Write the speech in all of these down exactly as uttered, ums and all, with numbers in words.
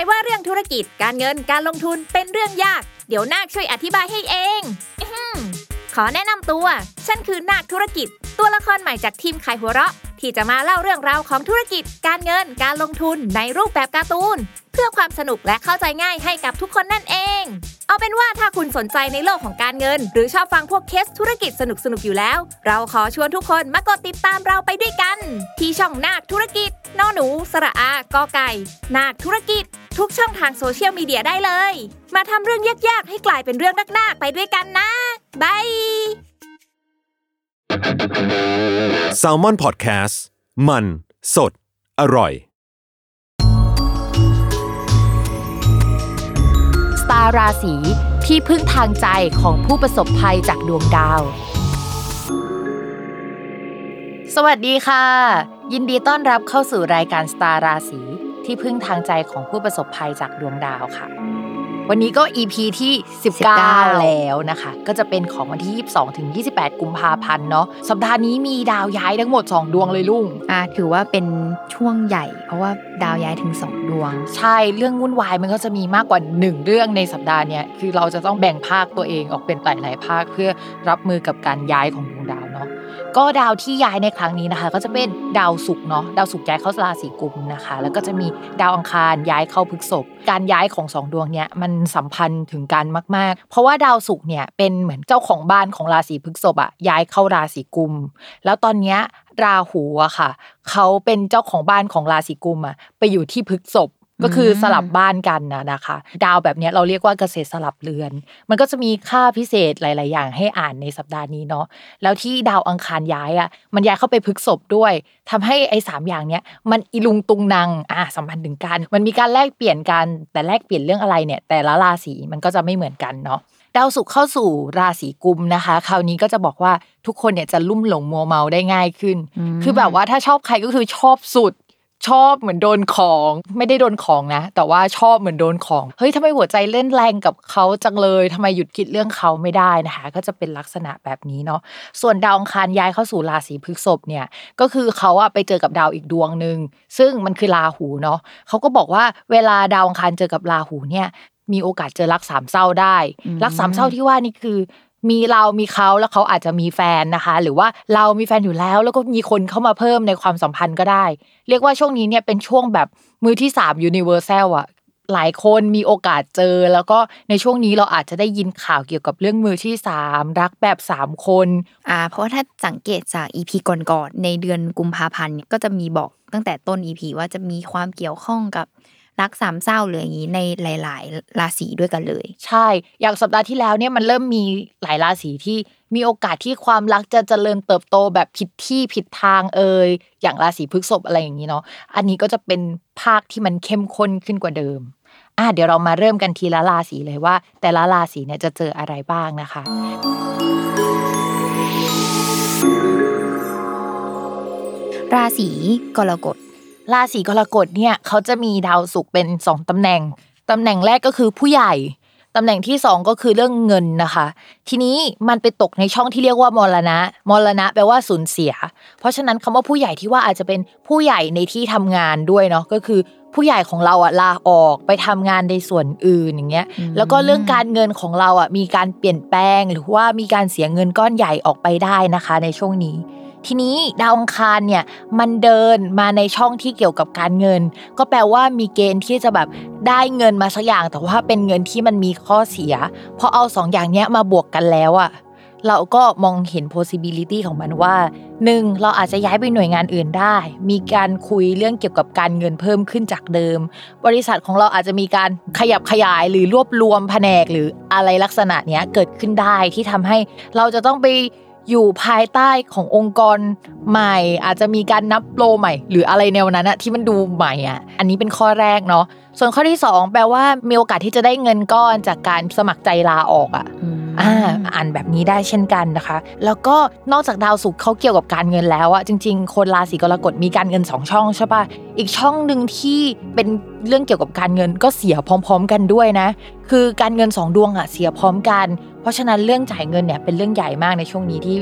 ว่าเรื่องธุรกิจการเงินการลงทุนเป็นเรื่องยากเดี๋ยวนาคช่วยอธิบายให้เองขอแนะนำตัวฉันคือนาคธุรกิจตัวละครใหม่จากทีมขายหัวเราะที่จะมาเล่าเรื่องราวของธุรกิจการเงินการลงทุนในรูปแบบการ์ตูนเพื่อความสนุกและเข้าใจง่ายให้กับทุกคนนั่นเองเอาเป็นว่าถ้าคุณสนใจในโลกของการเงินหรือชอบฟังพวกเคสธุรกิจสนุกๆอยู่แล้วเราขอชวนทุกคนมากดติดตามเราไปด้วยกันที่ช่องนาคธุรกิจนอหนูสระอากอไก่นาคธุรกิจทุกช่องทางโซเชียลมีเดียได้เลยมาทำเรื่องยากๆให้กลายเป็นเรื่องน่าๆไปด้วยกันนะบาย Salmon Podcast มันสดอร่อยสตาร์ราศีที่พึ่งทางใจของผู้ประสบภัยจากดวงดาวสวัสดีค่ะยินดีต้อนรับเข้าสู่รายการสตาร์ราศีที่พึ่งทางใจของผู้ประสบภัยจากดวงดาวค่ะวันนี้ก็ อี พี ที่สิบเก้าแล้วนะคะก็จะเป็นของวันที่ยี่สิบสองถึงยี่สิบแปดกุมภาพันธ์เนาะสัปดาห์นี้มีดาวย้ายทั้งหมดสองดวงเลยลุงอ่าถือว่าเป็นช่วงใหญ่เพราะว่าดาวย้ายถึงสองดวงใช่เรื่องวุ่นวายมันก็จะมีมากกว่าหนึ่งเรื่องในสัปดาห์เนี้ยคือเราจะต้องแบ่งภาคตัวเองออกเป็นหลายๆภาคเพื่อรับมือกับการย้ายของดวงดาวเนาะก็ดาวที่ย้ายในครั้งนี้นะคะก็จะเป็นดาวศุกร์เนาะดาวศุกร์ย้ายเข้าราศีกุมนะคะแล้วก็จะมีดาวอังคารย้ายเข้าพฤษภการย้ายของสองดวงเนี้ยมันสัมพันธ์ถึงกันมากๆเพราะว่าดาวศุกร์เนี่ยเป็นเหมือนเจ้าของบ้านของราศีพฤษภอ่ะย้ายเข้าราศีกุมแล้วตอนเนี้ยราหูอะค่ะเขาเป็นเจ้าของบ้านของราศีกุมอะไปอยู่ที่พฤษภก็คือสลับบ้านกันนะนะคะดาวแบบนี้เราเรียกว่าเกษตรสลับเรือนมันก็จะมีค่าพิเศษหลายๆอย่างให้อ่านในสัปดาห์นี้เนาะแล้วที่ดาวอังคารย้ายอ่ะมันย้ายเข้าไปพฤษภด้วยทำให้ไอ้สามอย่างเนี้ยมันอีลุงตุงนางอ่ะสัมพันธ์ถึงกันมันมีการแลกเปลี่ยนกันแต่แลกเปลี่ยนเรื่องอะไรเนี่ยแต่ละราศีมันก็จะไม่เหมือนกันเนาะดาวศุกร์เข้าสู่ราศีกุมนะคะคราวนี้ก็จะบอกว่าทุกคนเนี่ยจะลุ่มหลงมัวเมาได้ง่ายขึ้นคือแบบว่าถ้าชอบใครก็คือชอบสุดชอบเหมือนโดนของไม่ได้โดนของนะแต่ว่าชอบเหมือนโดนของเฮ้ยทำไมหัวใจเล่นแรงกับเขาจังเลยทำไมหยุดคิดเรื่องเขาไม่ได้นะคะก็จะเป็นลักษณะแบบนี้เนาะส่วนดาวอังคารย้ายเข้าสู่ราศีพฤษภเนี่ยก็คือเขาอะไปเจอกับดาวอีกดวงนึงซึ่งมันคือราหูเนาะเขาก็บอกว่าเวลาดาวอังคารเจอกับราหูเนี่ยมีโอกาสเจอรักสามเศร้าได้รักสามเศร้าที่ว่านี่คือมีเรามีเขาแล้วเขาอาจจะมีแฟนนะคะหรือว่าเรามีแฟนอยู่แล้วแล้วก็มีคนเข้ามาเพิ่มในความสัมพันธ์ก็ได้เรียกว่าช่วงนี้เนี่ยเป็นช่วงแบบมือที่สาม Universal อ่ะหลายคนมีโอกาสเจอแล้วก็ในช่วงนี้เราอาจจะได้ยินข่าวเกี่ยวกับเรื่องมือที่สามรักแบบสามคนอ่าเพราะว่าถ้าสังเกตจาก อี พี ก่อนๆในเดือนกุมภาพันธ์ก็จะมีบอกตั้งแต่ต้น อี พี ว่าจะมีความเกี่ยวข้องกับรักสามเศร้าหรืออย่างนี้ในหลายๆราศีด้วยกันเลยใช่อย่างสัปดาห์ที่แล้วเนี่ยมันเริ่มมีหลายราศีที่มีโอกาสที่ความรักจะเจริญเติบโตแบบผิดที่ผิดทางเอ่ยอย่างราศีพฤษภอะไรอย่างนี้เนาะอันนี้ก็จะเป็นภาคที่มันเข้มข้นขึ้นกว่าเดิมอ่ะเดี๋ยวเรามาเริ่มกันทีละราศีเลยว่าแต่ละราศีเนี่ยจะเจออะไรบ้างนะคะราศีกรกฎราศีกรกฎเนี่ยเขาจะมีดาวศุกร์เป็นสองตำแหน่งตำแหน่งแรกก็คือผู้ใหญ่ตำแหน่งที่สองก็คือเรื่องเงินนะคะทีนี้มันไปตกในช่องที่เรียกว่ามรณะมรณะแปลว่าสูญเสียเพราะฉะนั้นคำว่าผู้ใหญ่ที่ว่าอาจจะเป็นผู้ใหญ่ในที่ทำงานด้วยเนาะก็คือผู้ใหญ่ของเราอ่ะลาออกไปทำงานในส่วนอื่นอย่างเงี้ยแล้วก็เรื่องการเงินของเราอ่ะมีการเปลี่ยนแปลงหรือว่ามีการเสียเงินก้อนใหญ่ออกไปได้นะคะในช่วงนี้ทีนี้ดาวอังคารเนี่ยมันเดินมาในช่องที่เกี่ยวกับการเงินก็แปลว่ามีเกณฑ์ที่จะแบบได้เงินมาสักอย่างแต่ว่าเป็นเงินที่มันมีข้อเสียพอเอาสองอย่างเนี้ยมาบวกกันแล้วอ่ะเราก็มองเห็น possibility ของมันว่าหนึ่งเราอาจจะย้ายไปหน่วยงานอื่นได้มีการคุยเรื่องเกี่ยวกับการเงินเพิ่มขึ้นจากเดิมบริษัทของเราอาจจะมีการขยับขยายหรือรวบรวมแผนกหรืออะไรลักษณะเนี้ยเกิดขึ้นได้ที่ทำให้เราจะต้องไปอยู่ภายใต้ขององค์กรใหม่อาจจะมีการนับโปรใหม่หรืออะไรแนวนั้นอะที่มันดูใหม่อะอันนี้เป็นข้อแรกเนาะส่วนข้อที่สองแปลว่ามีโอกาสที่จะได้เงินก้อนจากการสมัครใจลาออกอะอ่าอ่านแบบนี้ได้เช่นกันนะคะแล้วก็นอกจากดาวศุกร์เขาเกี่ยวกับการเงินแล้วอะจริงๆคนราศีกรกฎมีการเงินสองช่องใช่ป่ะอีกช่องนึงที่เป็นเรื่องเกี่ยวกับการเงินก็เสียพร้อมๆกันด้วยนะคือการเงินสองดวงอะเสียพร้อมกันเพราะฉะนั้นเรื่องจ่ายเงินเนี่ยเป็นเรื่องใหญ่มากในช่วงนี้ที่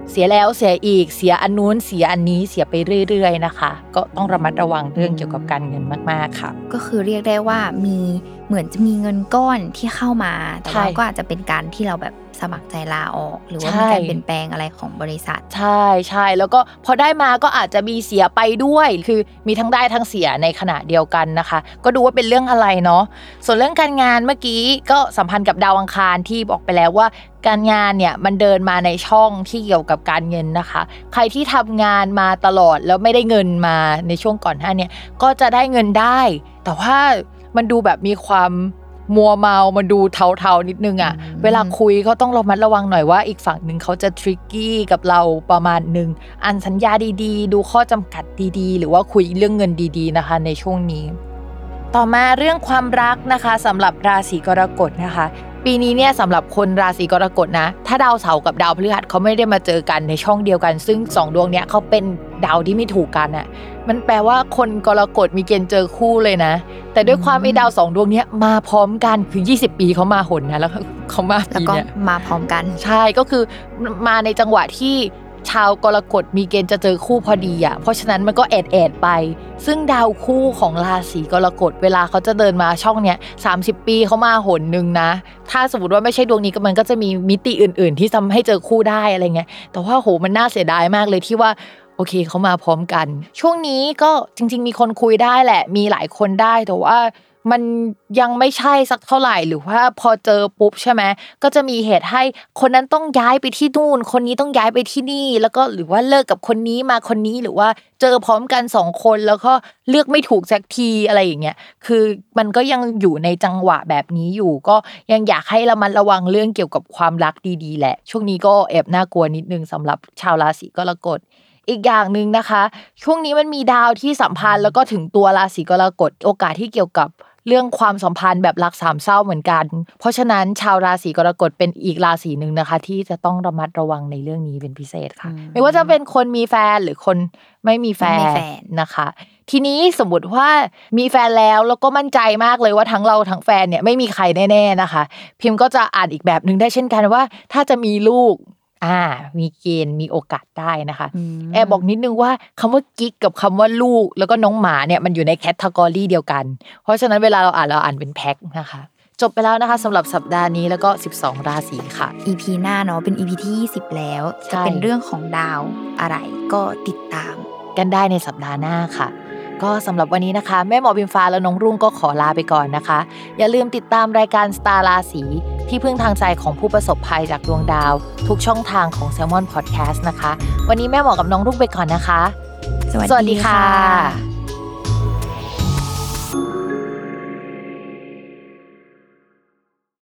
เสียแล้วเสียอีกเสียอันนู้นเสียอันนี้เสียไปเรื่อยๆนะคะก็ต้องระมัดระวังเรื่องเกี่ยวกับการเงินมากๆค่ะก็คือเรียกได้ว่ามีเหมือนจะมีเงินก้อนที่เข้ามาแต่ว่าก็อาจจะเป็นการที่เราแบบสมัครใจลาออกหรือว่ามีการเปลี่ยนแปลงอะไรของบริษัทใช่ใช่แล้วก็พอได้มาก็อาจจะมีเสียไปด้วยคือมีทั้งได้ทั้งเสียในขณะเดียวกันนะคะก็ดูว่าเป็นเรื่องอะไรเนาะส่วนเรื่องการงานเมื่อกี้ก็สัมพันธ์กับดาวอังคารที่บอกไปแล้วว่าการงานเนี่ยมันเดินมาในช่องที่เกี่ยวกับการเงินนะคะใครที่ทำงานมาตลอดแล้วไม่ได้เงินมาในช่วงก่อนหน้านี้ก็จะได้เงินได้แต่ว่ามันดูแบบมีความมัวเมามันดูเทาๆนิดนึงอ่ะเวลาคุยก็ต้องระมัดระวังหน่อยว่าอีกฝั่งนึงเขาจะทริกกี้กับเราประมาณนึงอ่านสัญญาดีๆดูข้อจำกัดดีๆหรือว่าคุยเรื่องเงินดีๆนะคะในช่วงนี้ต่อมาเรื่องความรักนะคะสำหรับราศีกรกฎนะคะปีนี้เนี่ยสำหรับคนราศีกรกฎนะถ้าดาวเสาร์กับดาวพฤหัสเขาไม่ได้มาเจอกันในช่องเดียวกันซึ่งสองดวงเนี้ยเขาเป็นดาวที่ไม่ถูกกันอ่ะมันแปลว่าคนกรกฎมีเกณฑ์เจอคู่เลยนะแต่ด้วยความไอ้ดาวสองดวงเนี้ยมาพร้อมกันคือยี่สิบปีเขามาหนนะแล้วเขามาปีเนี้ยมาพร้อมกันใช่ก็คือมาในจังหวะที่ชาวกรกฎมีเกณฑ์จะเจอคู่พอดีอ่ะเพราะฉะนั้นมันก็แอดแอดไปซึ่งดาวคู่ของราศีกรกฎเวลาเขาจะเดินมาช่องเนี้ยสามสิบปีเขามาหนนึงนะถ้าสมมติว่าไม่ใช่ดวงนี้ก็มันก็จะมีมิติอื่นๆที่ทำให้เจอคู่ได้อะไรเงี้ยแต่ว่าโหมันน่าเสียดายมากเลยที่ว่าโอเคเขามาพร้อมกันช่วงนี้ก็จริงๆมีคนคุยได้แหละมีหลายคนได้แต่ว่ามันยังไม่ใช่สักเท่าไหร่หรือว่าพอเจอปุ๊บใช่ไหมก็จะมีเหตุให้คนนั้นต้องย้ายไปที่นู่นคนนี้ต้องย้ายไปที่นี่แล้วก็หรือว่าเลิกกับคนนี้มาคนนี้หรือว่าเจอพร้อมกันสองคนแล้วก็เลือกไม่ถูกสักทีอะไรอย่างเงี้ยคือมันก็ยังอยู่ในจังหวะแบบนี้อยู่ก็ยังอยากให้ระมัดระวังเรื่องเกี่ยวกับความรักดีๆแหละช่วงนี้ก็แอบน่ากลัวนิดนึงสำหรับชาวราศีกรกฎอีกอย่างนึงนะคะช่วงนี้มันมีดาวที่สัมพันธ์แล้วก็ถึงตัวราศีกรกฎโอกาสที่เกี่ยวกับเรื่องความสัมพันธ์แบบรักสามเศร้าเหมือนกันเพราะฉะนั้นชาวราศีกรกฎเป็นอีกราศีนึงนะคะที่จะต้องระมัดระวังในเรื่องนี้เป็นพิเศษค่ะไม่ว่าจะเป็นคนมีแฟนหรือคนไม่มีแฟนนะคะทีนี้สมมติว่ามีแฟนแล้วแล้วก็มั่นใจมากเลยว่าทั้งเราทั้งแฟนเนี่ยไม่มีใครแน่ๆนะคะพิมพ์ก็จะอ่านอีกแบบนึงได้เช่นกันว่าถ้าจะมีลูกอ่ามีเกณฑ์มีโอกาสได้นะคะแอบบอกนิดนึงว่าคำว่ากิ๊กกับคำว่าลูกแล้วก็น้องหมาเนี่ยมันอยู่ในแคตตากรีเดียวกันเพราะฉะนั้นเวลาเราอ่านเราอ่านเป็นแพ็คนะคะจบไปแล้วนะคะสำหรับสัปดาห์นี้แล้วก็สิบสองราศีค่ะอี พี หน้าเนาะเป็น อี พี ที่ยี่สิบแล้วจะเป็นเรื่องของดาวอะไรก็ติดตามกันได้ในสัปดาห์หน้าค่ะก็สำหรับวันนี้นะคะแม่หมอพิมฟ้าและน้องรุ่งก็ขอลาไปก่อนนะคะอย่าลืมติดตามรายการสตาร์ราศีที่พึ่งทางใจของผู้ประสบภัยจากดวงดาวทุกช่องทางของ Salmon Podcast นะคะวันนี้แม่หมอกับน้องรุ่งไปก่อนนะคะสวัสดีค่ะ